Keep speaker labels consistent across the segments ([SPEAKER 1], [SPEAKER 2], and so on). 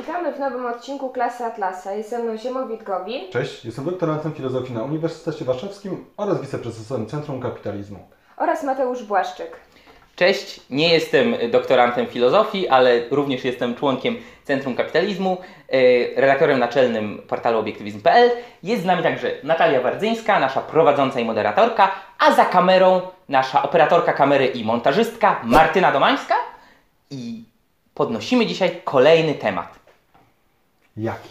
[SPEAKER 1] Witamy w nowym odcinku Klasy Atlasa. Jest ze mną Ziemo Witgowin.
[SPEAKER 2] Cześć, jestem doktorantem filozofii na Uniwersytecie Warszawskim oraz wiceprezesem Centrum Kapitalizmu.
[SPEAKER 1] Oraz Mateusz Błaszczyk.
[SPEAKER 3] Cześć, nie jestem doktorantem filozofii, ale również jestem członkiem Centrum Kapitalizmu, redaktorem naczelnym portalu obiektywizm.pl. Jest z nami także Natalia Wardzyńska, nasza prowadząca i moderatorka, a za kamerą nasza operatorka kamery i montażystka Martyna Domańska. I podnosimy dzisiaj kolejny temat.
[SPEAKER 2] Jaki?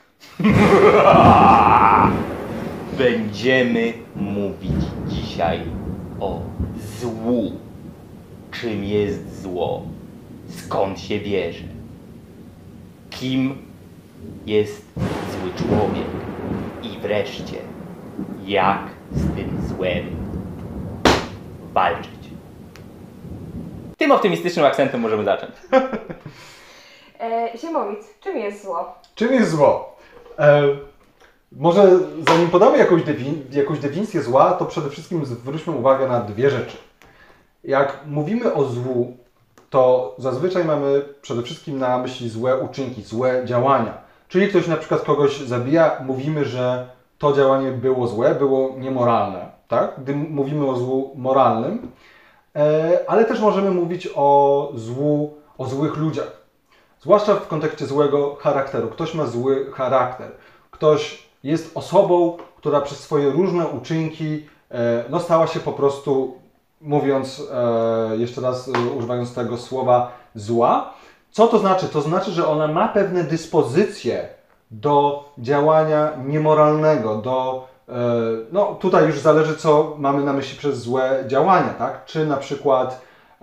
[SPEAKER 3] Będziemy mówić dzisiaj o złu. Czym jest zło? Skąd się bierze? Kim jest zły człowiek? I wreszcie, jak z tym złem walczyć? Tym optymistycznym akcentem możemy zacząć.
[SPEAKER 1] Ziemowit, czym jest zło?
[SPEAKER 2] Czym jest zło? Może zanim podamy jakąś definicję zła, to przede wszystkim zwróćmy uwagę na dwie rzeczy. Jak mówimy o złu, to zazwyczaj mamy przede wszystkim na myśli złe uczynki, złe działania. Czyli ktoś na przykład kogoś zabija, mówimy, że to działanie było złe, było niemoralne, tak? Gdy mówimy o złu moralnym, ale też możemy mówić o złu, o złych ludziach. Zwłaszcza w kontekście złego charakteru. Ktoś ma zły charakter. Ktoś jest osobą, która przez swoje różne uczynki stała się po prostu, mówiąc jeszcze raz, używając tego słowa, zła. Co to znaczy? To znaczy, że ona ma pewne dyspozycje do działania niemoralnego, tutaj już zależy, co mamy na myśli przez złe działania, tak? Czy na przykład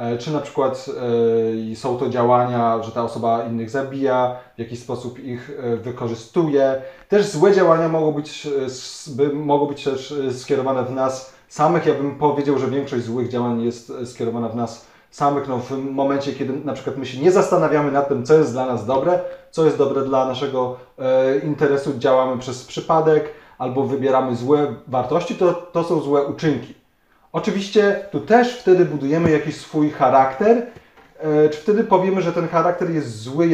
[SPEAKER 2] są to działania, że ta osoba innych zabija, w jakiś sposób ich wykorzystuje. Też złe działania mogą być też skierowane w nas samych. Ja bym powiedział, że większość złych działań jest skierowana w nas samych. W momencie, kiedy na przykład my się nie zastanawiamy nad tym, co jest dla nas dobre, co jest dobre dla naszego interesu, działamy przez przypadek albo wybieramy złe wartości, to są złe uczynki. Oczywiście tu też wtedy budujemy jakiś swój charakter, czy wtedy powiemy, że ten charakter jest zły,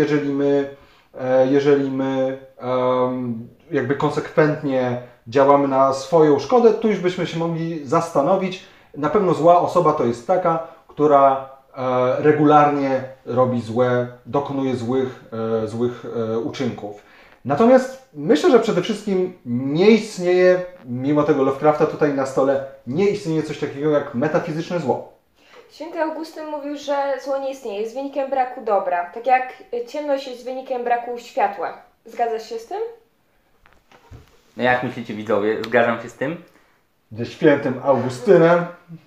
[SPEAKER 2] jeżeli my jakby konsekwentnie działamy na swoją szkodę, tu już byśmy się mogli zastanowić. Na pewno zła osoba to jest taka, która regularnie robi dokonuje złych uczynków. Natomiast myślę, że przede wszystkim nie istnieje, mimo tego Lovecrafta tutaj na stole, nie istnieje coś takiego jak metafizyczne zło.
[SPEAKER 1] Święty Augustyn mówił, że zło nie istnieje, jest wynikiem braku dobra. Tak jak ciemność jest wynikiem braku światła. Zgadzasz się z tym?
[SPEAKER 3] No jak myślicie, widzowie? Zgadzam się z tym?
[SPEAKER 2] Ze świętym Augustynem.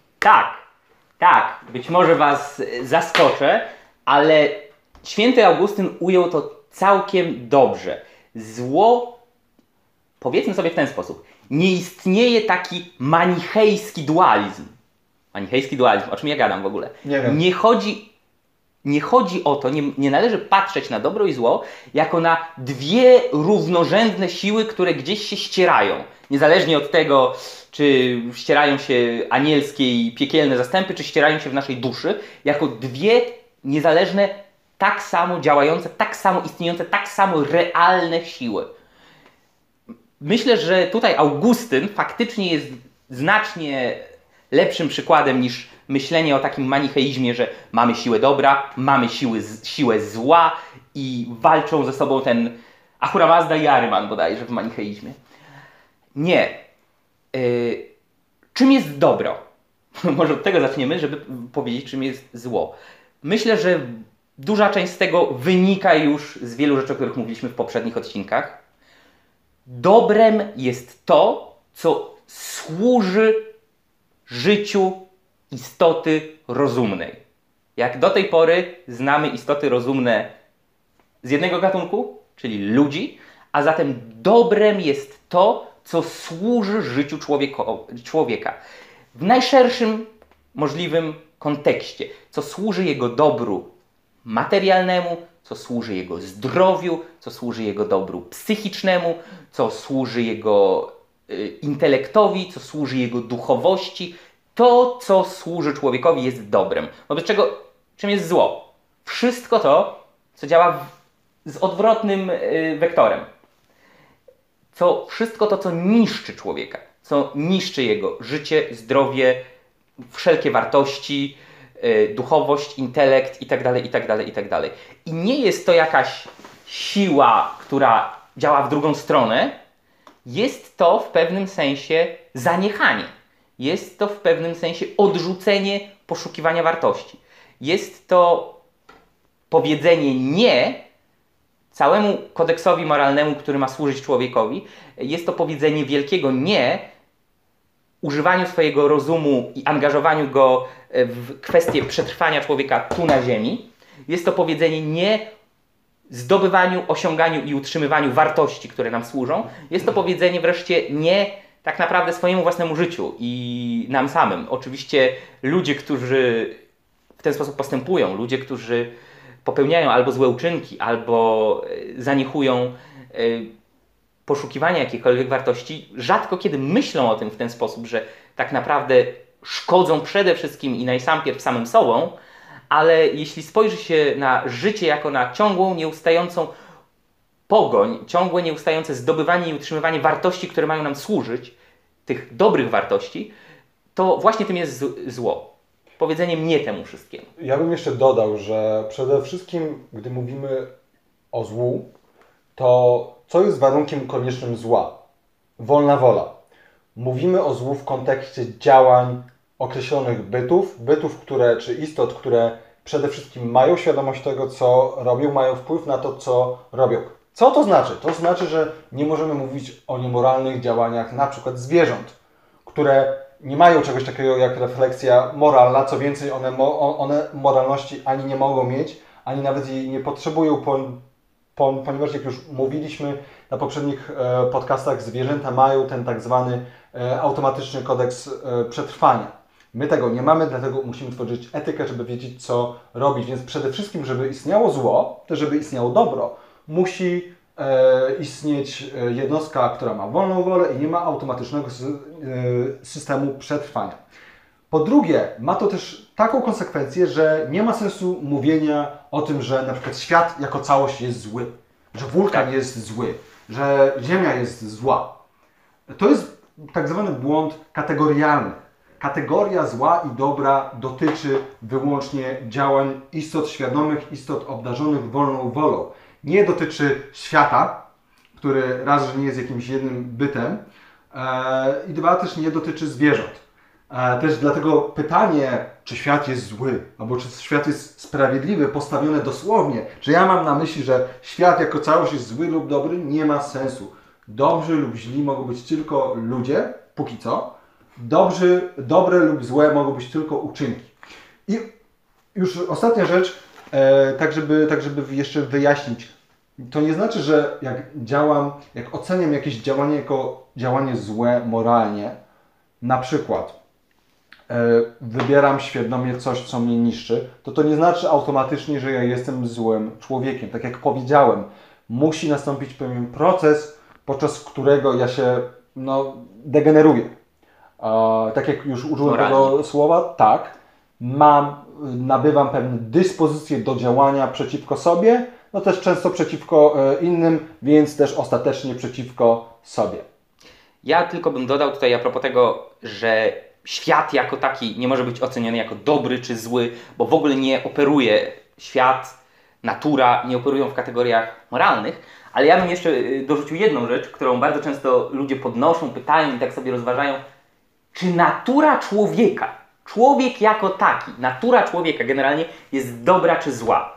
[SPEAKER 3] Tak, być może was zaskoczę, ale święty Augustyn ujął to całkiem dobrze. Zło, powiedzmy sobie w ten sposób, nie istnieje taki manichejski dualizm. Manichejski dualizm, o czym ja gadam w ogóle?
[SPEAKER 2] Nie wiem.
[SPEAKER 3] Nie chodzi o to, nie należy patrzeć na dobro i zło jako na dwie równorzędne siły, które gdzieś się ścierają. Niezależnie od tego, czy ścierają się anielskie i piekielne zastępy, czy ścierają się w naszej duszy, jako dwie niezależne, tak samo działające, tak samo istniejące, tak samo realne siły. Myślę, że tutaj Augustyn faktycznie jest znacznie lepszym przykładem niż myślenie o takim manicheizmie, że mamy siłę dobra, mamy siłę zła i walczą ze sobą ten Ahura Mazda i Ahriman bodajże w manicheizmie. Nie. Czym jest dobro? Może od tego zaczniemy, żeby powiedzieć, czym jest zło. Myślę, że duża część z tego wynika już z wielu rzeczy, o których mówiliśmy w poprzednich odcinkach. Dobrem jest to, co służy życiu istoty rozumnej. Jak do tej pory znamy istoty rozumne z jednego gatunku, czyli ludzi, a zatem dobrem jest to, co służy życiu człowieka. W najszerszym możliwym kontekście, co służy jego dobru materialnemu, co służy jego zdrowiu, co służy jego dobru psychicznemu, co służy jego intelektowi, co służy jego duchowości. To, co służy człowiekowi, jest dobrem. Wobec czego, czym jest zło? Wszystko to, co działa z odwrotnym wektorem. Wszystko to, co niszczy człowieka, co niszczy jego życie, zdrowie, wszelkie wartości, duchowość, intelekt itd., itd., itd. I nie jest to jakaś siła, która działa w drugą stronę, jest to w pewnym sensie zaniechanie. Jest to w pewnym sensie odrzucenie poszukiwania wartości. Jest to powiedzenie nie całemu kodeksowi moralnemu, który ma służyć człowiekowi. Jest to powiedzenie wielkiego nie używaniu swojego rozumu i angażowaniu go w kwestię przetrwania człowieka tu na ziemi. Jest to powiedzenie nie zdobywaniu, osiąganiu i utrzymywaniu wartości, które nam służą. Jest to powiedzenie wreszcie nie tak naprawdę swojemu własnemu życiu i nam samym. Oczywiście ludzie, którzy w ten sposób postępują, ludzie, którzy popełniają albo złe uczynki, albo zaniechują poszukiwania jakichkolwiek wartości, rzadko kiedy myślą o tym w ten sposób, że tak naprawdę szkodzą przede wszystkim i najsampierw samym sobą, ale jeśli spojrzy się na życie jako na ciągłą, nieustającą pogoń, ciągłe, nieustające zdobywanie i utrzymywanie wartości, które mają nam służyć, tych dobrych wartości, to właśnie tym jest zło. Powiedzeniem nie temu wszystkiemu.
[SPEAKER 2] Ja bym jeszcze dodał, że przede wszystkim, gdy mówimy o złu, to co jest warunkiem koniecznym zła? Wolna wola. Mówimy o złu w kontekście działań określonych bytów, czy istot, które przede wszystkim mają świadomość tego, co robią, mają wpływ na to, co robią. Co to znaczy? To znaczy, że nie możemy mówić o niemoralnych działaniach na przykład zwierząt, które nie mają czegoś takiego jak refleksja moralna, co więcej, one moralności ani nie mogą mieć, ani nawet jej nie potrzebują, ponieważ jak już mówiliśmy na poprzednich podcastach, zwierzęta mają ten tak zwany automatyczny kodeks przetrwania. My tego nie mamy, dlatego musimy tworzyć etykę, żeby wiedzieć, co robić. Więc przede wszystkim, żeby istniało zło, też żeby istniało dobro, musi istnieć jednostka, która ma wolną wolę i nie ma automatycznego systemu przetrwania. Po drugie, ma to też taką konsekwencję, że nie ma sensu mówienia o tym, że na przykład świat jako całość jest zły, że wulkan jest zły, że Ziemia jest zła. To jest tak zwany błąd kategorialny. Kategoria zła i dobra dotyczy wyłącznie działań istot świadomych, istot obdarzonych wolną wolą. Nie dotyczy świata, który raz, że nie jest jakimś jednym bytem i dwa, też nie dotyczy zwierząt. Też dlatego pytanie, czy świat jest zły, albo czy świat jest sprawiedliwy, postawione dosłownie, że ja mam na myśli, że świat jako całość jest zły lub dobry, nie ma sensu. Dobrzy lub źli mogą być tylko ludzie, póki co. Dobre lub złe mogą być tylko uczynki. I już ostatnia rzecz, tak żeby jeszcze wyjaśnić. To nie znaczy, że jak oceniam jakieś działanie jako działanie złe moralnie, na przykład wybieram świadomie coś, co mnie niszczy, to nie znaczy automatycznie, że ja jestem złym człowiekiem. Tak jak powiedziałem, musi nastąpić pewien proces, podczas którego ja się degeneruję. Tak jak już użyłem tego słowa, tak, nabywam pewne dyspozycje do działania przeciwko sobie, też często przeciwko innym, więc też ostatecznie przeciwko sobie.
[SPEAKER 3] Ja tylko bym dodał tutaj a propos tego, że świat jako taki nie może być oceniony jako dobry czy zły, bo w ogóle nie operuje świat, natura, nie operują w kategoriach moralnych, ale ja bym jeszcze dorzucił jedną rzecz, którą bardzo często ludzie podnoszą, pytają i tak sobie rozważają. Czy natura człowieka, człowiek jako taki, natura człowieka generalnie jest dobra czy zła?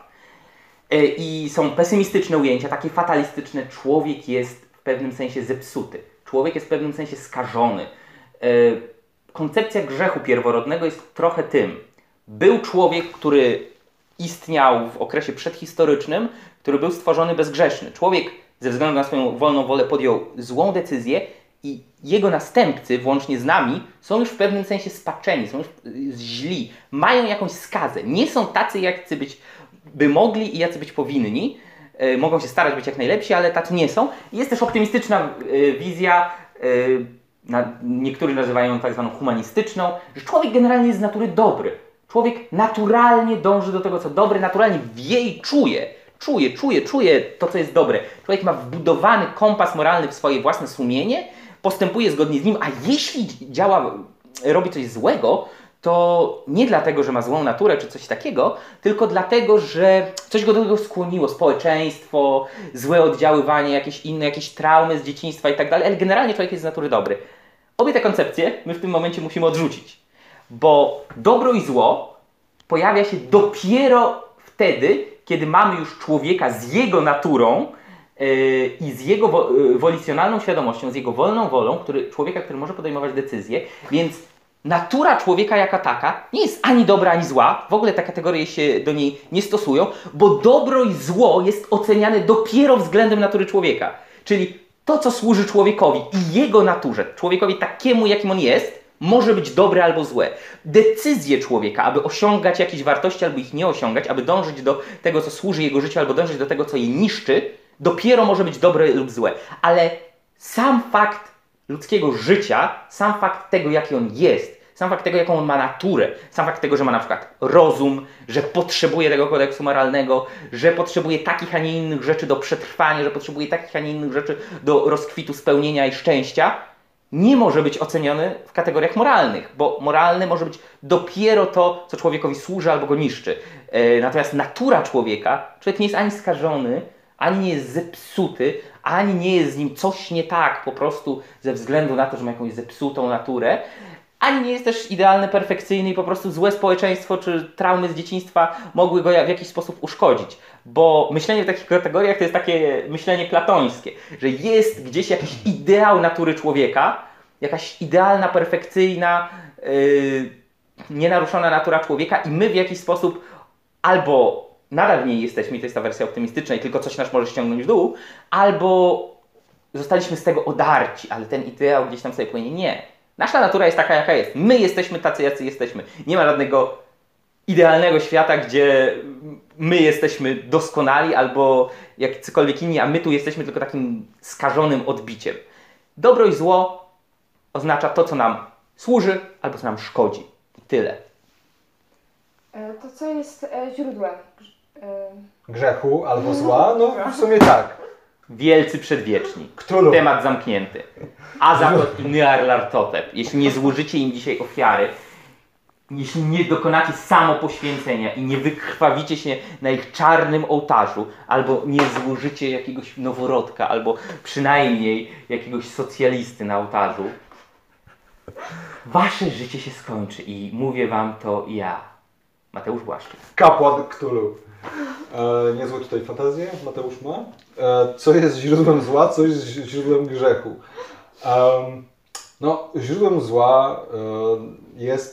[SPEAKER 3] I są pesymistyczne ujęcia, takie fatalistyczne. Człowiek jest w pewnym sensie zepsuty. Człowiek jest w pewnym sensie skażony. Koncepcja grzechu pierworodnego jest trochę tym. Był człowiek, który istniał w okresie przedhistorycznym, który był stworzony bezgrzeszny. Człowiek ze względu na swoją wolną wolę podjął złą decyzję i jego następcy, włącznie z nami, są już w pewnym sensie spaczeni, są już źli, mają jakąś skazę. Nie są tacy, jacy by mogli i jacy być powinni. Mogą się starać być jak najlepsi, ale tacy nie są. Jest też optymistyczna wizja, niektórzy nazywają ją tak zwaną humanistyczną, że człowiek generalnie jest z natury dobry. Człowiek naturalnie dąży do tego, co dobre, naturalnie wie i czuje. czuje to, co jest dobre. Człowiek ma wbudowany kompas moralny w swoje własne sumienie, postępuje zgodnie z nim, a jeśli robi coś złego, to nie dlatego, że ma złą naturę czy coś takiego, tylko dlatego, że coś go do tego skłoniło, społeczeństwo, złe oddziaływanie, jakieś traumy z dzieciństwa i tak dalej, ale generalnie człowiek jest z natury dobry. Obie te koncepcje my w tym momencie musimy odrzucić, bo dobro i zło pojawia się dopiero wtedy, kiedy mamy już człowieka z jego naturą i z jego wolicjonalną świadomością, z jego wolną wolą, człowieka, który może podejmować decyzje, więc natura człowieka jako taka nie jest ani dobra, ani zła. W ogóle te kategorie się do niej nie stosują, bo dobro i zło jest oceniane dopiero względem natury człowieka. Czyli to, co służy człowiekowi i jego naturze, człowiekowi takiemu, jakim on jest, może być dobre albo złe. Decyzje człowieka, aby osiągać jakieś wartości albo ich nie osiągać, aby dążyć do tego, co służy jego życiu, albo dążyć do tego, co je niszczy, dopiero może być dobre lub złe. Ale sam fakt ludzkiego życia, sam fakt tego, jaki on jest, sam fakt tego, jaką on ma naturę, sam fakt tego, że ma na przykład rozum, że potrzebuje tego kodeksu moralnego, że potrzebuje takich, a nie innych rzeczy do przetrwania, że potrzebuje takich, a nie innych rzeczy do rozkwitu, spełnienia i szczęścia, nie może być oceniony w kategoriach moralnych, bo moralne może być dopiero to, co człowiekowi służy albo go niszczy. Natomiast natura człowiek nie jest ani skażony, ani nie jest zepsuty, ani nie jest z nim coś nie tak po prostu ze względu na to, że ma jakąś zepsutą naturę, ani nie jest też idealny, perfekcyjny i po prostu złe społeczeństwo czy traumy z dzieciństwa mogły go w jakiś sposób uszkodzić. Bo myślenie w takich kategoriach to jest takie myślenie platońskie, że jest gdzieś jakiś ideał natury człowieka, jakaś idealna, perfekcyjna, nienaruszona natura człowieka i my w jakiś sposób albo nadal w niej jesteśmy, i to jest ta wersja optymistyczna i tylko coś nas może ściągnąć w dół, albo zostaliśmy z tego odarci, ale ten ideał gdzieś tam sobie płynie. Nie. Nasza natura jest taka, jaka jest. My jesteśmy tacy, jacy jesteśmy. Nie ma żadnego idealnego świata, gdzie my jesteśmy doskonali albo jakkolwiek inni, a my tu jesteśmy tylko takim skażonym odbiciem. Dobro i zło oznacza to, co nam służy albo co nam szkodzi. I tyle.
[SPEAKER 1] To co jest źródłem?
[SPEAKER 2] Grzechu albo zła? No w sumie tak.
[SPEAKER 3] Wielcy przedwieczni.
[SPEAKER 2] Cthulhu.
[SPEAKER 3] Temat zamknięty. Azathoth i Nyarlathotep. Jeśli nie złożycie im dzisiaj ofiary, jeśli nie dokonacie samopoświęcenia i nie wykrwawicie się na ich czarnym ołtarzu, albo nie złożycie jakiegoś noworodka, albo przynajmniej jakiegoś socjalisty na ołtarzu, wasze życie się skończy i mówię wam to ja, Mateusz Błaszczyk.
[SPEAKER 2] Kapłan Cthulhu. Niezłe tutaj fantazje Mateusz ma. Co jest źródłem zła, co jest źródłem grzechu? No, źródłem zła jest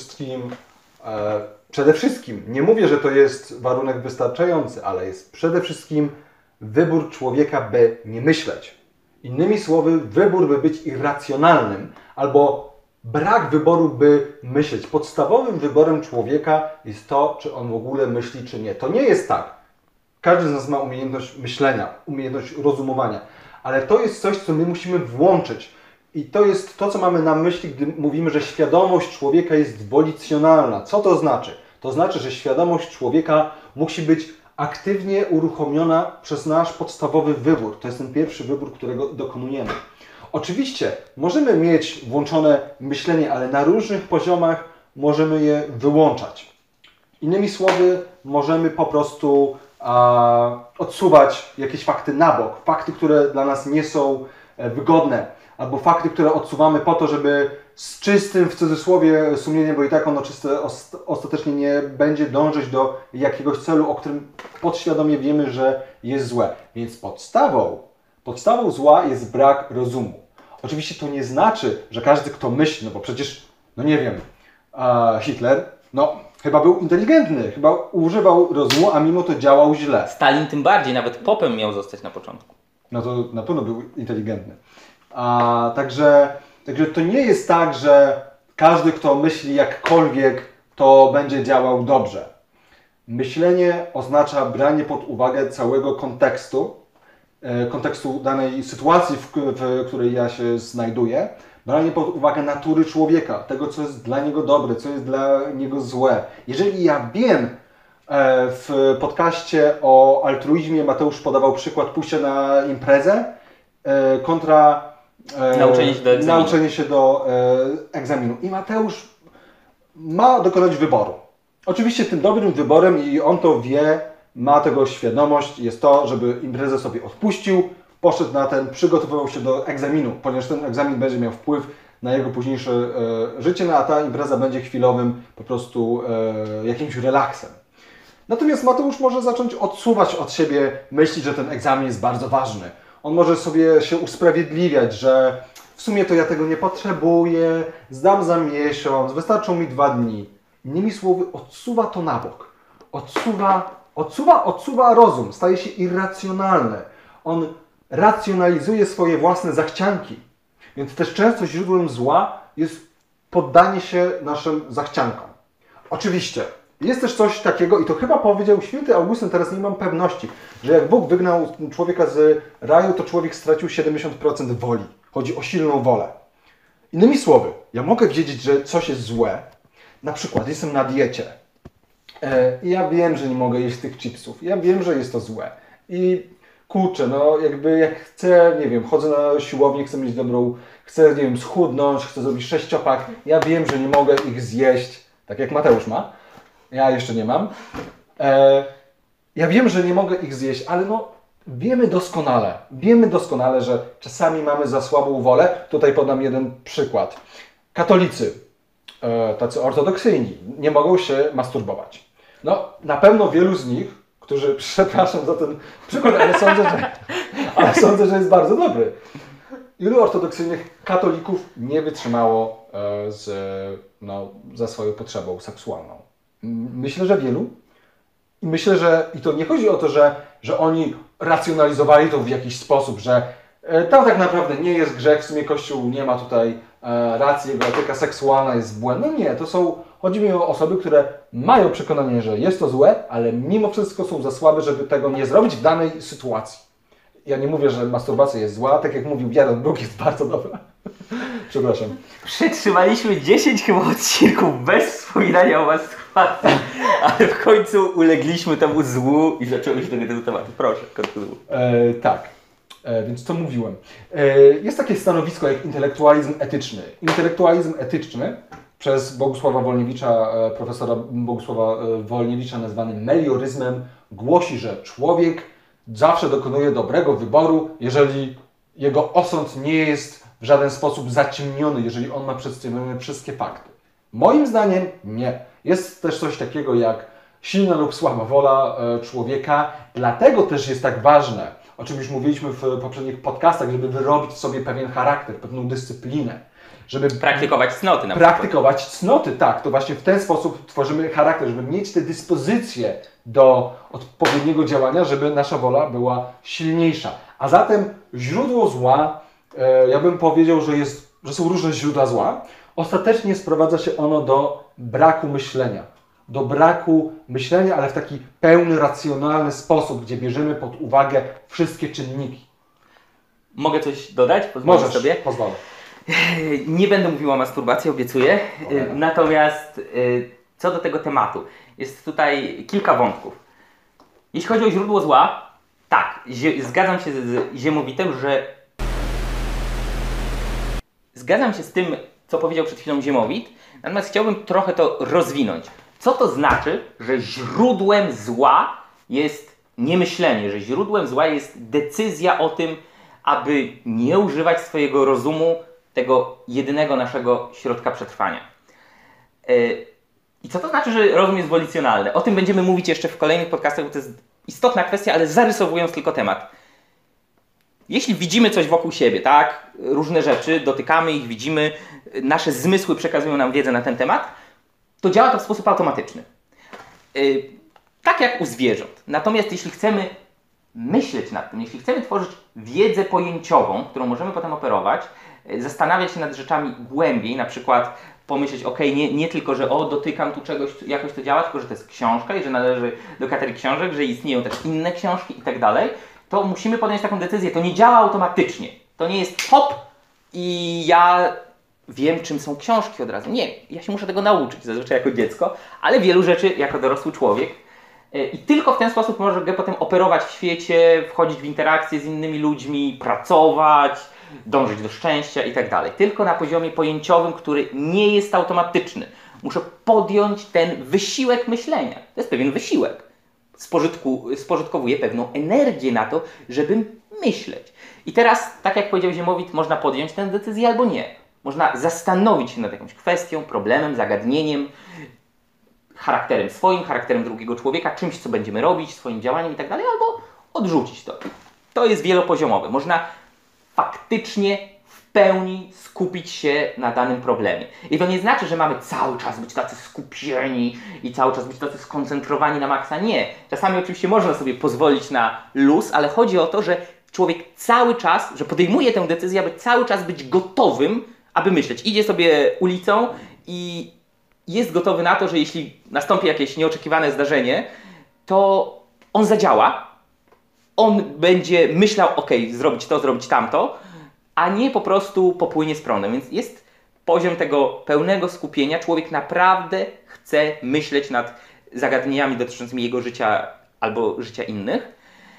[SPEAKER 2] przede wszystkim, nie mówię, że to jest warunek wystarczający, ale jest przede wszystkim wybór człowieka, by nie myśleć. Innymi słowy, wybór, by być irracjonalnym, albo brak wyboru, by myśleć. Podstawowym wyborem człowieka jest to, czy on w ogóle myśli, czy nie. To nie jest tak. Każdy z nas ma umiejętność myślenia, umiejętność rozumowania, ale to jest coś, co my musimy włączyć. I to jest to, co mamy na myśli, gdy mówimy, że świadomość człowieka jest wolicjonalna. Co to znaczy? To znaczy, że świadomość człowieka musi być aktywnie uruchomiona przez nasz podstawowy wybór. To jest ten pierwszy wybór, którego dokonujemy. Oczywiście możemy mieć włączone myślenie, ale na różnych poziomach możemy je wyłączać. Innymi słowy, możemy po prostu odsuwać jakieś fakty na bok. Fakty, które dla nas nie są wygodne. Albo fakty, które odsuwamy po to, żeby z czystym, w cudzysłowie, sumieniem, bo i tak ono czyste ostatecznie nie będzie dążyć do jakiegoś celu, o którym podświadomie wiemy, że jest złe. Więc podstawą zła jest brak rozumu. Oczywiście to nie znaczy, że każdy, kto myśli, no bo przecież, no nie wiem, Hitler, no chyba był inteligentny, chyba używał rozumu, a mimo to działał źle.
[SPEAKER 3] Stalin tym bardziej, nawet popem miał zostać na początku.
[SPEAKER 2] No to na pewno był inteligentny. Także to nie jest tak, że każdy, kto myśli jakkolwiek, to będzie działał dobrze. Myślenie oznacza branie pod uwagę całego kontekstu danej sytuacji, w której ja się znajduję, branie pod uwagę natury człowieka, tego, co jest dla niego dobre, co jest dla niego złe. Jeżeli ja wiem, W podcaście o altruizmie Mateusz podawał przykład pójścia na imprezę kontra nauczenie się do egzaminu. I Mateusz ma dokonać wyboru. Oczywiście tym dobrym wyborem, i on to wie, ma tego świadomość, jest to, żeby imprezę sobie odpuścił, poszedł na ten, przygotowywał się do egzaminu, ponieważ ten egzamin będzie miał wpływ na jego późniejsze życie, no a ta impreza będzie chwilowym po prostu jakimś relaksem. Natomiast Mateusz może zacząć odsuwać od siebie myśli, że ten egzamin jest bardzo ważny. On może sobie się usprawiedliwiać, że w sumie to ja tego nie potrzebuję, zdam za miesiąc, wystarczą mi 2 dni. Innymi słowy, odsuwa to na bok. Odsuwa rozum, staje się irracjonalny. On racjonalizuje swoje własne zachcianki. Więc też często źródłem zła jest poddanie się naszym zachciankom. Oczywiście, jest też coś takiego, i to chyba powiedział święty Augustyn, teraz nie mam pewności, że jak Bóg wygnał człowieka z raju, to człowiek stracił 70% woli. Chodzi o silną wolę. Innymi słowy, ja mogę wiedzieć, że coś jest złe. Na przykład jestem na diecie. I ja wiem, że nie mogę jeść tych chipsów. Ja wiem, że jest to złe. I kurczę, no jakby jak chcę, nie wiem, chodzę na siłownię, chcę mieć chcę, nie wiem, schudnąć, chcę zrobić 6-pack. Ja wiem, że nie mogę ich zjeść, tak jak Mateusz ma. Ja jeszcze nie mam. Ja wiem, że nie mogę ich zjeść, ale no wiemy doskonale, że czasami mamy za słabą wolę. Tutaj podam jeden przykład. Katolicy, tacy ortodoksyjni, nie mogą się masturbować. No, na pewno wielu z nich, którzy, przepraszam za ten przykład, ale sądzę, że jest bardzo dobry. Ilu ortodoksyjnych katolików nie wytrzymało za swoją potrzebą seksualną? Myślę, że wielu. I myślę, że i to nie chodzi o to, że oni racjonalizowali to w jakiś sposób, że to tak naprawdę nie jest grzech, w sumie Kościół nie ma tutaj racji, jego etyka seksualna jest błędna. No nie, chodzi mi o osoby, które mają przekonanie, że jest to złe, ale mimo wszystko są za słabe, żeby tego nie zrobić w danej sytuacji. Ja nie mówię, że masturbacja jest zła, tak jak mówił Jaron Brooke, jest bardzo dobra. Przepraszam.
[SPEAKER 3] Przetrzymaliśmy 10 chyba odcinków bez wspominania o masturbacji, ale w końcu ulegliśmy temu złu i zaczęliśmy do tego tematu. Proszę, kontynuuj.
[SPEAKER 2] Tak. Więc co mówiłem? Jest takie stanowisko jak intelektualizm etyczny. Intelektualizm etyczny przez Bogusława Wolniewicza, profesora Bogusława Wolniewicza nazwany melioryzmem, głosi, że człowiek zawsze dokonuje dobrego wyboru, jeżeli jego osąd nie jest w żaden sposób zaciemniony, jeżeli on ma przedstawione wszystkie fakty. Moim zdaniem nie. Jest też coś takiego jak silna lub słaba wola człowieka, dlatego też jest tak ważne, o czym już mówiliśmy w poprzednich podcastach, żeby wyrobić sobie pewien charakter, pewną dyscyplinę. Żeby
[SPEAKER 3] praktykować cnoty na przykład.
[SPEAKER 2] Praktykować cnoty, tak. To właśnie w ten sposób tworzymy charakter, żeby mieć te dyspozycje do odpowiedniego działania, żeby nasza wola była silniejsza. A zatem źródło zła, ja bym powiedział, że są różne źródła zła. Ostatecznie sprowadza się ono do braku myślenia. Do braku myślenia, ale w taki pełny, racjonalny sposób, gdzie bierzemy pod uwagę wszystkie czynniki.
[SPEAKER 3] Mogę coś dodać?
[SPEAKER 2] Możesz
[SPEAKER 3] sobie?
[SPEAKER 2] Pozwolę.
[SPEAKER 3] Nie będę mówił o masturbacji, obiecuję. Natomiast co do tego tematu, jest tutaj kilka wątków. Jeśli chodzi o źródło zła, tak, zgadzam się z Ziemowitem, zgadzam się z tym, co powiedział przed chwilą Ziemowit, natomiast chciałbym trochę to rozwinąć. Co to znaczy, że źródłem zła jest niemyślenie, że źródłem zła jest decyzja o tym, aby nie używać swojego rozumu, tego jedynego naszego środka przetrwania. I co to znaczy, że rozum jest wolicjonalny? O tym będziemy mówić jeszcze w kolejnych podcastach, bo to jest istotna kwestia, ale zarysowując tylko temat. Jeśli widzimy coś wokół siebie, tak, różne rzeczy, dotykamy ich, widzimy, nasze zmysły przekazują nam wiedzę na ten temat, to działa to w sposób automatyczny. Tak jak u zwierząt. Natomiast jeśli chcemy myśleć nad tym, jeśli chcemy tworzyć wiedzę pojęciową, którą możemy potem operować, zastanawiać się nad rzeczami głębiej, na przykład pomyśleć, nie tylko, że dotykam tu czegoś, jakoś to działa, tylko że to jest książka i że należy do kategorii książek, że istnieją też inne książki i tak dalej, to musimy podjąć taką decyzję. To nie działa automatycznie. To nie jest hop i ja wiem, czym są książki od razu. Nie, ja się muszę tego nauczyć, zazwyczaj jako dziecko, ale wielu rzeczy jako dorosły człowiek I tylko w ten sposób mogę potem operować w świecie, wchodzić w interakcje z innymi ludźmi, pracować, dążyć do szczęścia i tak dalej. Tylko na poziomie pojęciowym, który nie jest automatyczny. Muszę podjąć ten wysiłek myślenia. To jest pewien wysiłek. Spożytkowuję pewną energię na to, żeby myśleć. I teraz, tak jak powiedział Ziemowit, można podjąć tę decyzję albo nie. Można zastanowić się nad jakąś kwestią, problemem, zagadnieniem, charakterem swoim, charakterem drugiego człowieka, czymś, co będziemy robić, swoim działaniem i tak dalej, albo odrzucić to. To jest wielopoziomowe. Można faktycznie w pełni skupić się na danym problemie. I to nie znaczy, że mamy cały czas być tacy skupieni i cały czas być tacy skoncentrowani na maksa. Nie. Czasami oczywiście można sobie pozwolić na luz, ale chodzi o to, że człowiek cały czas, że podejmuje tę decyzję, aby cały czas być gotowym, aby myśleć. Idzie sobie ulicą i jest gotowy na to, że jeśli nastąpi jakieś nieoczekiwane zdarzenie, to on zadziała, on będzie myślał, ok, zrobić to, zrobić tamto, a nie po prostu popłynie z prądem. Więc jest poziom tego pełnego skupienia. Człowiek naprawdę chce myśleć nad zagadnieniami dotyczącymi jego życia albo życia innych.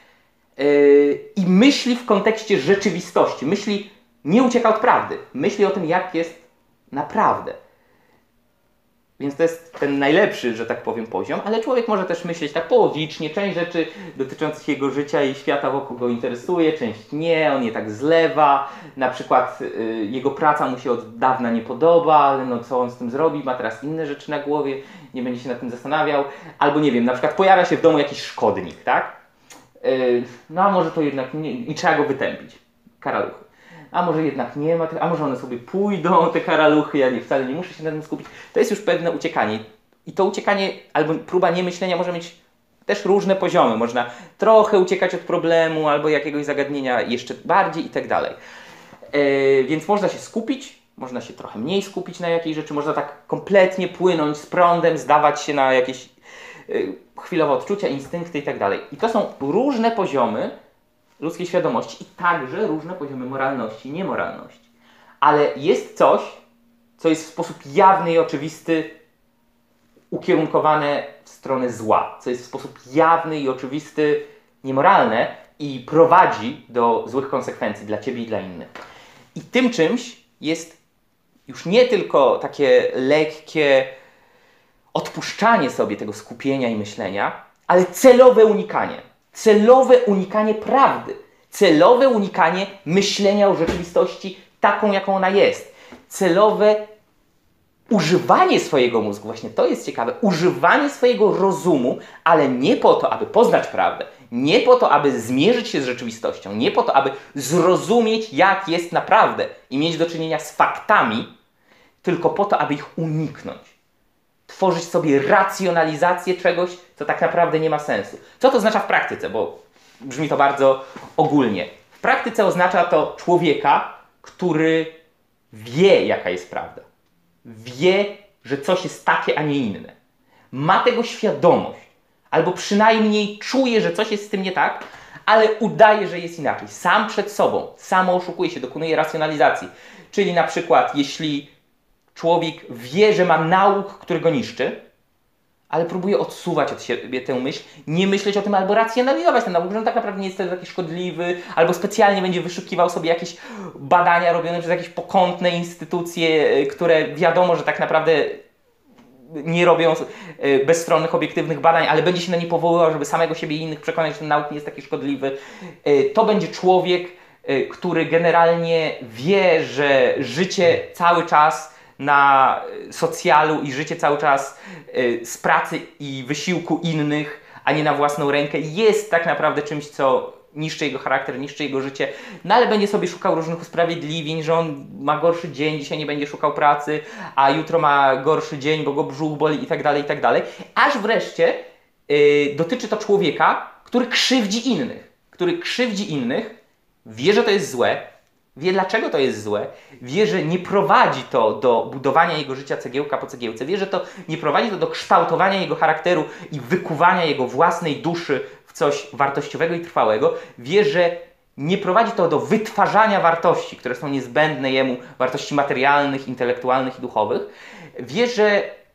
[SPEAKER 3] I myśli w kontekście rzeczywistości. Myśli, nie ucieka od prawdy. Myśli o tym, jak jest naprawdę. Więc to jest ten najlepszy, że tak powiem, poziom, ale człowiek może też myśleć tak połowicznie. Część rzeczy dotyczących jego życia i świata wokół go interesuje, część nie, on je tak zlewa. Na przykład jego praca mu się od dawna nie podoba, ale no co on z tym zrobi, ma teraz inne rzeczy na głowie, nie będzie się nad tym zastanawiał. Albo nie wiem, na przykład pojawia się w domu jakiś szkodnik, tak? No a może to jednak nie, i trzeba go wytępić. Karaluchy. A może jednak nie ma, a może one sobie pójdą, te karaluchy, ja wcale nie muszę się na tym skupić. To jest już pewne uciekanie. I to uciekanie albo próba niemyślenia może mieć też różne poziomy. Można trochę uciekać od problemu albo jakiegoś zagadnienia jeszcze bardziej i tak dalej. Więc można się skupić, można się trochę mniej skupić na jakiejś rzeczy, można tak kompletnie płynąć z prądem, zdawać się na jakieś chwilowe odczucia, instynkty i tak dalej. I to są różne poziomy ludzkiej świadomości i także różne poziomy moralności i niemoralności. Ale jest coś, co jest w sposób jawny i oczywisty ukierunkowane w stronę zła, co jest w sposób jawny i oczywisty niemoralne i prowadzi do złych konsekwencji dla ciebie i dla innych. I tym czymś jest już nie tylko takie lekkie odpuszczanie sobie tego skupienia i myślenia, ale celowe unikanie. Celowe unikanie prawdy. Celowe unikanie myślenia o rzeczywistości taką, jaką ona jest. Celowe używanie swojego mózgu, właśnie to jest ciekawe, używanie swojego rozumu, ale nie po to, aby poznać prawdę, nie po to, aby zmierzyć się z rzeczywistością, nie po to, aby zrozumieć, jak jest naprawdę i mieć do czynienia z faktami, tylko po to, aby ich uniknąć. Tworzyć sobie racjonalizację czegoś, co tak naprawdę nie ma sensu. Co to oznacza w praktyce? Bo brzmi to bardzo ogólnie. W praktyce oznacza to człowieka, który wie, jaka jest prawda. Wie, że coś jest takie, a nie inne. Ma tego świadomość. Albo przynajmniej czuje, że coś jest z tym nie tak, ale udaje, że jest inaczej. Sam przed sobą. Samo oszukuje się, dokonuje racjonalizacji. Czyli na przykład, jeśli człowiek wie, że ma nauk, który go niszczy, ale próbuje odsuwać od siebie tę myśl, nie myśleć o tym albo racjonalizować ten nauk, że on tak naprawdę nie jest taki szkodliwy, albo specjalnie będzie wyszukiwał sobie jakieś badania robione przez jakieś pokątne instytucje, które wiadomo, że tak naprawdę nie robią bezstronnych, obiektywnych badań, ale będzie się na nie powoływał, żeby samego siebie i innych przekonać, że ten nauk nie jest taki szkodliwy. To będzie człowiek, który generalnie wie, że życie cały czas na socjalu i życie cały czas z pracy i wysiłku innych, a nie na własną rękę, jest tak naprawdę czymś, co niszczy jego charakter, niszczy jego życie, no ale będzie sobie szukał różnych usprawiedliwień, że on ma gorszy dzień, dzisiaj nie będzie szukał pracy, a jutro ma gorszy dzień, bo go brzuch boli i tak dalej, aż wreszcie dotyczy to człowieka, który krzywdzi innych, wie, że to jest złe, wie, dlaczego to jest złe, wie, że nie prowadzi to do budowania jego życia cegiełka po cegiełce, wie, że to nie prowadzi to do kształtowania jego charakteru i wykuwania jego własnej duszy w coś wartościowego i trwałego, wie, że nie prowadzi to do wytwarzania wartości, które są niezbędne jemu, wartości materialnych, intelektualnych i duchowych, wie, że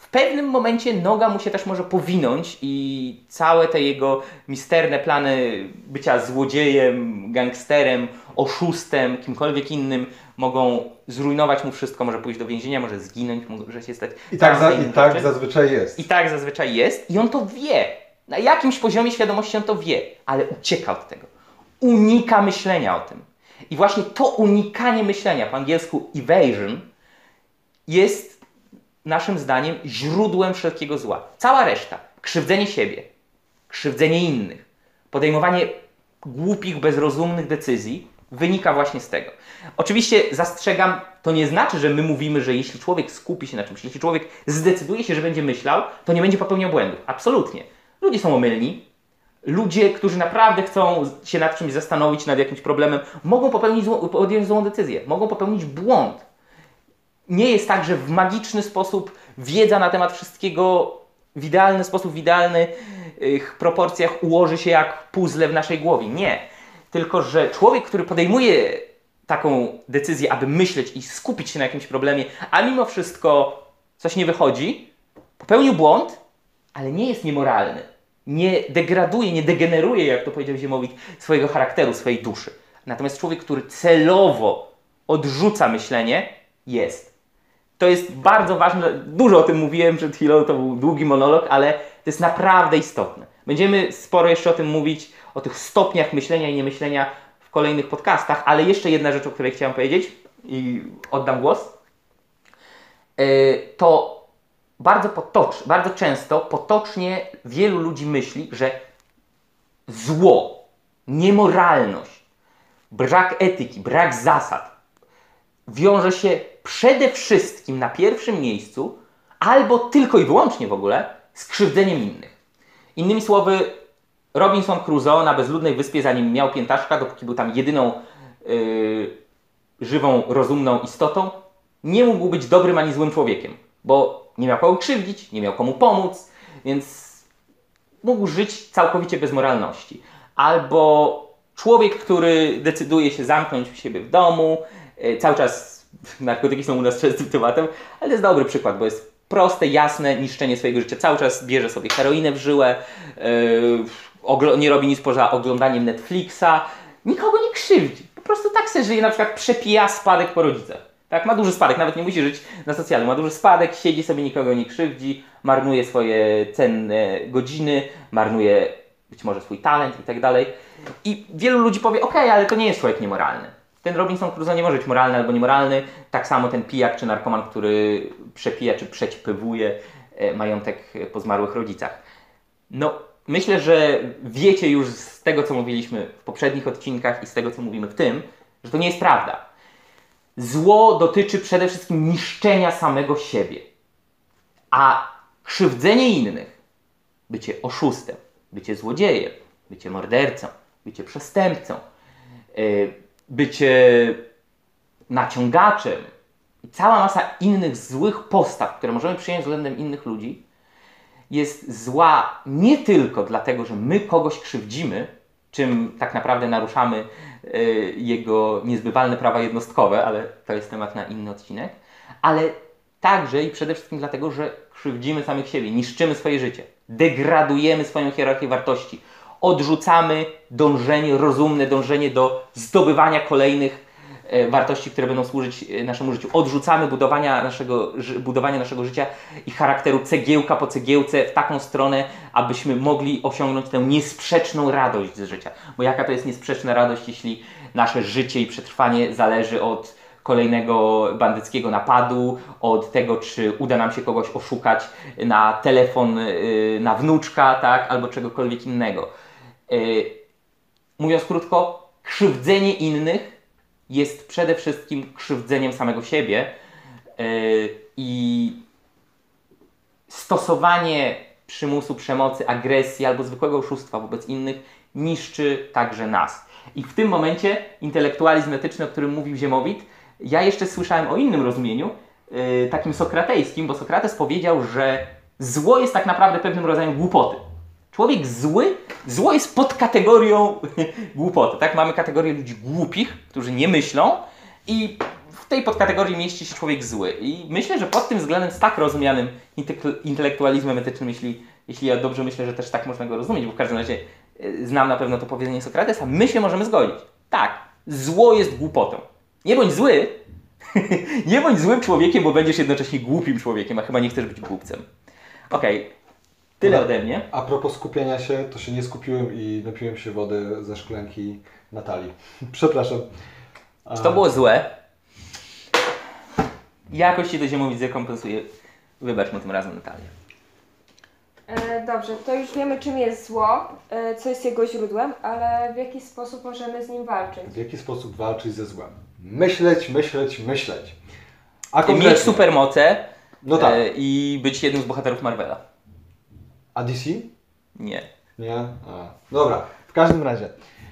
[SPEAKER 3] w pewnym momencie noga mu się też może powinąć i całe te jego misterne plany bycia złodziejem, gangsterem, oszustem, kimkolwiek innym mogą zrujnować mu wszystko, może pójść do więzienia, może zginąć, może się stać...
[SPEAKER 2] I tak zazwyczaj jest.
[SPEAKER 3] I tak zazwyczaj jest i on to wie. Na jakimś poziomie świadomości on to wie, ale ucieka od tego. Unika myślenia o tym. I właśnie to unikanie myślenia, po angielsku evasion, jest naszym zdaniem źródłem wszelkiego zła. Cała reszta, krzywdzenie siebie, krzywdzenie innych, podejmowanie głupich, bezrozumnych decyzji wynika właśnie z tego. Oczywiście zastrzegam, to nie znaczy, że my mówimy, że jeśli człowiek skupi się na czymś, jeśli człowiek zdecyduje się, że będzie myślał, to nie będzie popełniał błędów. Absolutnie. Ludzie są omylni. Ludzie, którzy naprawdę chcą się nad czymś zastanowić, nad jakimś problemem, mogą podjąć złą decyzję, mogą popełnić błąd. Nie jest tak, że w magiczny sposób wiedza na temat wszystkiego w idealny sposób, w idealnych proporcjach ułoży się jak puzzle w naszej głowie. Nie. Tylko, że człowiek, który podejmuje taką decyzję, aby myśleć i skupić się na jakimś problemie, a mimo wszystko coś nie wychodzi, popełnił błąd, ale nie jest niemoralny. Nie degraduje, nie degeneruje, jak to powiedział Ziemowit, swojego charakteru, swojej duszy. Natomiast człowiek, który celowo odrzuca myślenie, jest. To jest bardzo ważne. Dużo o tym mówiłem przed chwilą, to był długi monolog, ale to jest naprawdę istotne. Będziemy sporo jeszcze o tym mówić, o tych stopniach myślenia i niemyślenia w kolejnych podcastach, ale jeszcze jedna rzecz, o której chciałem powiedzieć i oddam głos, to bardzo często potocznie wielu ludzi myśli, że zło, niemoralność, brak etyki, brak zasad wiąże się przede wszystkim na pierwszym miejscu albo tylko i wyłącznie w ogóle z krzywdzeniem innych. Innymi słowy, Robinson Crusoe na bezludnej wyspie, zanim miał piętaszka, dopóki był tam jedyną żywą, rozumną istotą, nie mógł być dobrym ani złym człowiekiem, bo nie miał kogo krzywdzić, nie miał komu pomóc, więc mógł żyć całkowicie bez moralności. Albo człowiek, który decyduje się zamknąć u siebie w domu, cały czas narkotyki są u nas częstym tematem, ale to jest dobry przykład, bo jest proste, jasne niszczenie swojego życia. Cały czas bierze sobie heroinę w żyłę, nie robi nic poza oglądaniem Netflixa, nikogo nie krzywdzi. Po prostu tak sobie żyje, na przykład przepija spadek po rodzicach. Tak, ma duży spadek, nawet nie musi żyć na socjalu, ma duży spadek, siedzi sobie, nikogo nie krzywdzi, marnuje swoje cenne godziny, marnuje być może swój talent i tak dalej. I wielu ludzi powie, okej, ale to nie jest człowiek niemoralny. Ten Robinson Crusoe nie może być moralny albo niemoralny, tak samo ten pijak czy narkoman, który przepija czy przećpywuje majątek po zmarłych rodzicach. No, myślę, że wiecie już z tego, co mówiliśmy w poprzednich odcinkach i z tego, co mówimy w tym, że to nie jest prawda. Zło dotyczy przede wszystkim niszczenia samego siebie, a krzywdzenie innych, bycie oszustem, bycie złodziejem, bycie mordercą, bycie przestępcą, bycie naciągaczem i cała masa innych złych postaw, które możemy przyjąć względem innych ludzi, jest zła nie tylko dlatego, że my kogoś krzywdzimy, czym tak naprawdę naruszamy jego niezbywalne prawa jednostkowe, ale to jest temat na inny odcinek, ale także i przede wszystkim dlatego, że krzywdzimy samych siebie, niszczymy swoje życie, degradujemy swoją hierarchię wartości, odrzucamy rozumne dążenie do zdobywania kolejnych wartości, które będą służyć naszemu życiu. Odrzucamy budowanie naszego życia i charakteru cegiełka po cegiełce w taką stronę, abyśmy mogli osiągnąć tę niesprzeczną radość z życia. Bo jaka to jest niesprzeczna radość, jeśli nasze życie i przetrwanie zależy od kolejnego bandyckiego napadu, od tego, czy uda nam się kogoś oszukać na telefon, na wnuczka, tak, albo czegokolwiek innego. Mówiąc krótko, krzywdzenie innych jest przede wszystkim krzywdzeniem samego siebie i stosowanie przymusu, przemocy, agresji albo zwykłego oszustwa wobec innych niszczy także nas. I w tym momencie intelektualizm etyczny, o którym mówił Ziemowit, ja jeszcze słyszałem o innym rozumieniu, takim sokratejskim, bo Sokrates powiedział, że zło jest tak naprawdę pewnym rodzajem głupoty. Człowiek zło jest pod kategorią głupoty. Tak? Mamy kategorię ludzi głupich, którzy nie myślą i w tej podkategorii mieści się człowiek zły. I myślę, że pod tym względem z tak rozumianym intelektualizmem etycznym, jeśli ja dobrze myślę, że też tak można go rozumieć, bo w każdym razie znam na pewno to powiedzenie Sokratesa, my się możemy zgodzić. Tak, zło jest głupotą. Nie bądź zły, nie bądź złym człowiekiem, bo będziesz jednocześnie głupim człowiekiem, a chyba nie chcesz być głupcem. Okej, tyle ode mnie.
[SPEAKER 2] A propos skupienia się, to się nie skupiłem i napiłem się wody ze szklanki Natalii. Przepraszam.
[SPEAKER 3] Czy to było złe? Jakoś się do ziemowidzę kompensuje. Wybacz mu tym razem, Natalię.
[SPEAKER 1] Dobrze, to już wiemy, czym jest zło, co jest jego źródłem, ale w jaki sposób możemy z nim walczyć?
[SPEAKER 2] W jaki sposób walczyć ze złem? Myśleć. A
[SPEAKER 3] Mieć
[SPEAKER 2] konkretnie,
[SPEAKER 3] supermoce
[SPEAKER 2] no tak.
[SPEAKER 3] I być jednym z bohaterów Marvela.
[SPEAKER 2] A DC?
[SPEAKER 3] Nie.
[SPEAKER 2] Nie? Dobra, w każdym razie.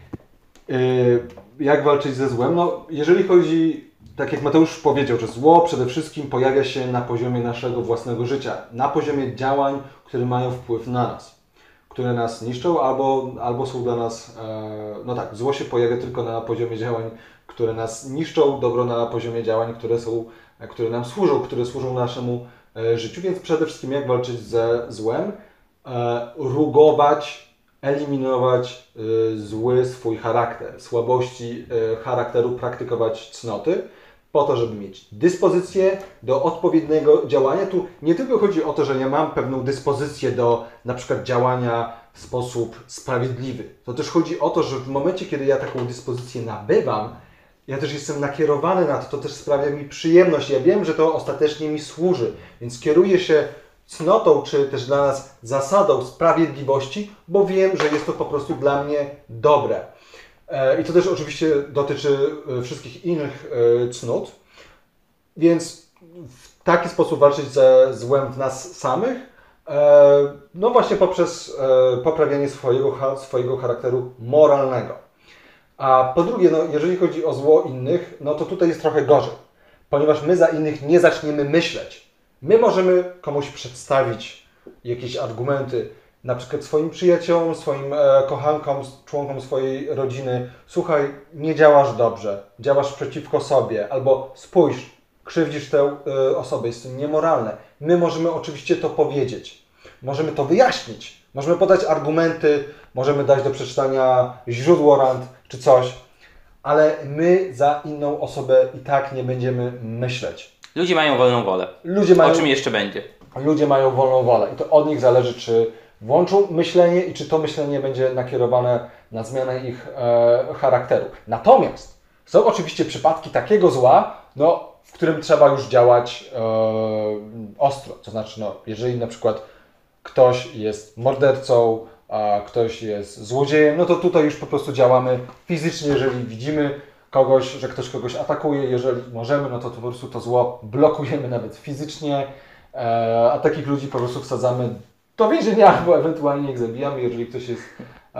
[SPEAKER 2] Jak walczyć ze złem? No, jeżeli chodzi, tak jak Mateusz powiedział, że zło przede wszystkim pojawia się na poziomie naszego własnego życia, na poziomie działań, które mają wpływ na nas, które nas niszczą albo są dla nas, no tak, zło się pojawia tylko na poziomie działań, które nas niszczą, dobro na poziomie działań, które nam służą, które służą naszemu życiu, więc przede wszystkim jak walczyć ze złem? Rugować, eliminować zły swój charakter, słabości charakteru, praktykować cnoty, po to, żeby mieć dyspozycję do odpowiedniego działania. Tu nie tylko chodzi o to, że ja mam pewną dyspozycję do na przykład działania w sposób sprawiedliwy. To też chodzi o to, że w momencie, kiedy ja taką dyspozycję nabywam, ja też jestem nakierowany na to, to też sprawia mi przyjemność. Ja wiem, że to ostatecznie mi służy, więc kieruję się cnotą, czy też dla nas zasadą sprawiedliwości, bo wiem, że jest to po prostu dla mnie dobre. I to też oczywiście dotyczy wszystkich innych cnót, więc w taki sposób walczyć ze złem w nas samych, no właśnie poprzez poprawianie swojego charakteru moralnego. A po drugie, no, jeżeli chodzi o zło innych, no to tutaj jest trochę gorzej, ponieważ my za innych nie zaczniemy myśleć. My możemy komuś przedstawić jakieś argumenty, na przykład swoim przyjaciołom, swoim kochankom, członkom swojej rodziny. Słuchaj, nie działasz dobrze, działasz przeciwko sobie, albo spójrz, krzywdzisz tę osobę, jest to niemoralne. My możemy oczywiście to powiedzieć, możemy to wyjaśnić, możemy podać argumenty, możemy dać do przeczytania źródło rand czy coś, ale my za inną osobę i tak nie będziemy myśleć.
[SPEAKER 3] Ludzie mają wolną wolę. O czym jeszcze będzie?
[SPEAKER 2] Ludzie mają wolną wolę i to od nich zależy, czy włączą myślenie i czy to myślenie będzie nakierowane na zmianę ich charakteru. Natomiast są oczywiście przypadki takiego zła, no, w którym trzeba już działać ostro. To znaczy, no, jeżeli na przykład ktoś jest mordercą, a ktoś jest złodziejem, no to tutaj już po prostu działamy fizycznie, jeżeli widzimy kogoś, że ktoś kogoś atakuje, jeżeli możemy, no to po prostu to zło blokujemy nawet fizycznie, a takich ludzi po prostu wsadzamy do więzienia, albo ewentualnie ich zabijamy, jeżeli ktoś jest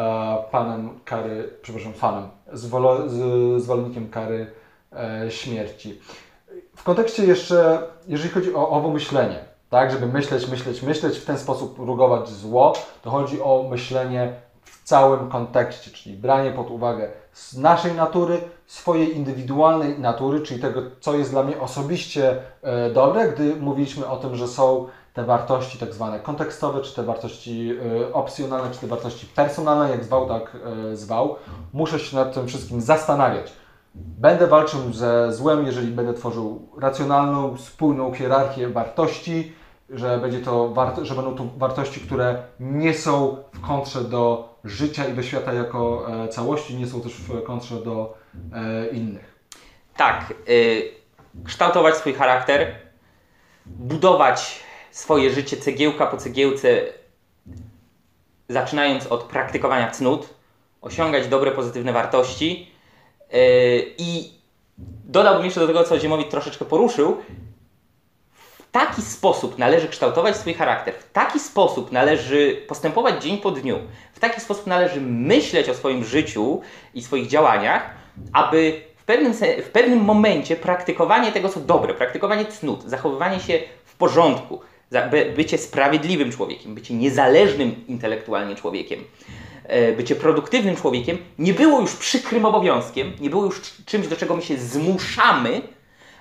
[SPEAKER 2] zwolennikiem kary śmierci. W kontekście jeszcze, jeżeli chodzi o owo myślenie, tak, żeby myśleć, w ten sposób rugować zło, to chodzi o myślenie w całym kontekście, czyli branie pod uwagę z naszej natury, swojej indywidualnej natury, czyli tego, co jest dla mnie osobiście dobre, gdy mówiliśmy o tym, że są te wartości tak zwane kontekstowe, czy te wartości opcjonalne, czy te wartości personalne, jak zwał, tak zwał. Muszę się nad tym wszystkim zastanawiać. Będę walczył ze złem, jeżeli będę tworzył racjonalną, spójną hierarchię wartości, że będą to wartości, które nie są w kontrze do życia i do świata jako całości, nie są też w kontrze do innych.
[SPEAKER 3] Tak, kształtować swój charakter, budować swoje życie cegiełka po cegiełce, zaczynając od praktykowania cnót, osiągać dobre, pozytywne wartości i dodałbym jeszcze do tego, co Ziemowit troszeczkę poruszył, w taki sposób należy kształtować swój charakter, w taki sposób należy postępować dzień po dniu, w taki sposób należy myśleć o swoim życiu i swoich działaniach, aby w pewnym momencie praktykowanie tego, co dobre, praktykowanie cnót, zachowywanie się w porządku, bycie sprawiedliwym człowiekiem, bycie niezależnym intelektualnie człowiekiem, bycie produktywnym człowiekiem nie było już przykrym obowiązkiem, nie było już czymś, do czego my się zmuszamy,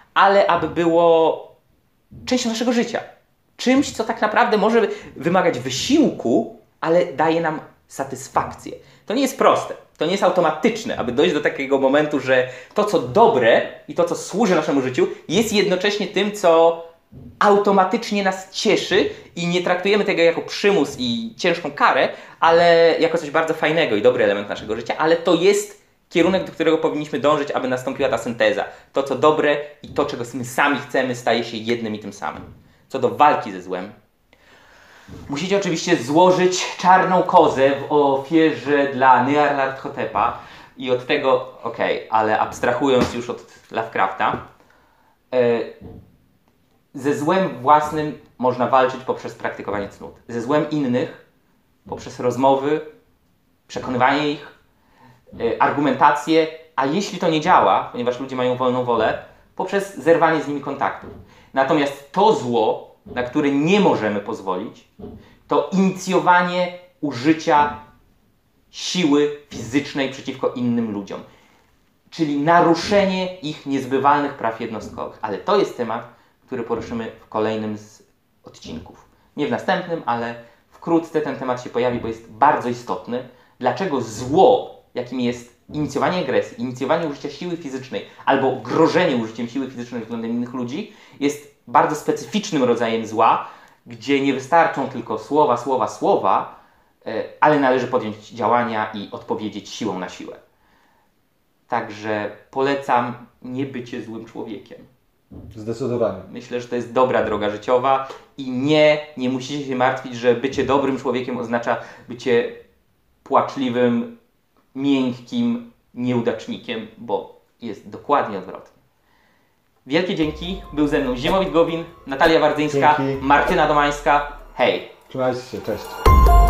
[SPEAKER 3] ale aby było częścią naszego życia. Czymś, co tak naprawdę może wymagać wysiłku, ale daje nam satysfakcję. To nie jest proste, to nie jest automatyczne, aby dojść do takiego momentu, że to, co dobre i to, co służy naszemu życiu, jest jednocześnie tym, co automatycznie nas cieszy i nie traktujemy tego jako przymus i ciężką karę, ale jako coś bardzo fajnego i dobry element naszego życia, ale to jest kierunek, do którego powinniśmy dążyć, aby nastąpiła ta synteza. To, co dobre i to, czego my sami chcemy, staje się jednym i tym samym. Co do walki ze złem, musicie oczywiście złożyć czarną kozę w ofierze dla Nyarlathotep'a i od tego, ale abstrahując już od Lovecrafta, ze złem własnym można walczyć poprzez praktykowanie cnót. Ze złem innych poprzez rozmowy, przekonywanie ich, argumentację, a jeśli to nie działa, ponieważ ludzie mają wolną wolę, poprzez zerwanie z nimi kontaktów. Natomiast to zło, na które nie możemy pozwolić, to inicjowanie użycia siły fizycznej przeciwko innym ludziom. Czyli naruszenie ich niezbywalnych praw jednostkowych. Ale to jest temat, który poruszymy w kolejnym z odcinków. Nie w następnym, ale wkrótce ten temat się pojawi, bo jest bardzo istotny. Dlaczego zło, jakim jest inicjowanie agresji, inicjowanie użycia siły fizycznej albo grożenie użyciem siły fizycznej względem innych ludzi jest bardzo specyficznym rodzajem zła, gdzie nie wystarczą tylko słowa, ale należy podjąć działania i odpowiedzieć siłą na siłę. Także polecam nie bycie złym człowiekiem.
[SPEAKER 2] Zdecydowanie.
[SPEAKER 3] Myślę, że to jest dobra droga życiowa i nie musicie się martwić, że bycie dobrym człowiekiem oznacza bycie płaczliwym, miękkim nieudacznikiem, bo jest dokładnie odwrotnie. Wielkie dzięki. Był ze mną Ziemowit Gowin, Natalia Wardzyńska,
[SPEAKER 2] Dzięki.
[SPEAKER 3] Martyna Domańska. Hej!
[SPEAKER 2] Trzymajcie się, cześć.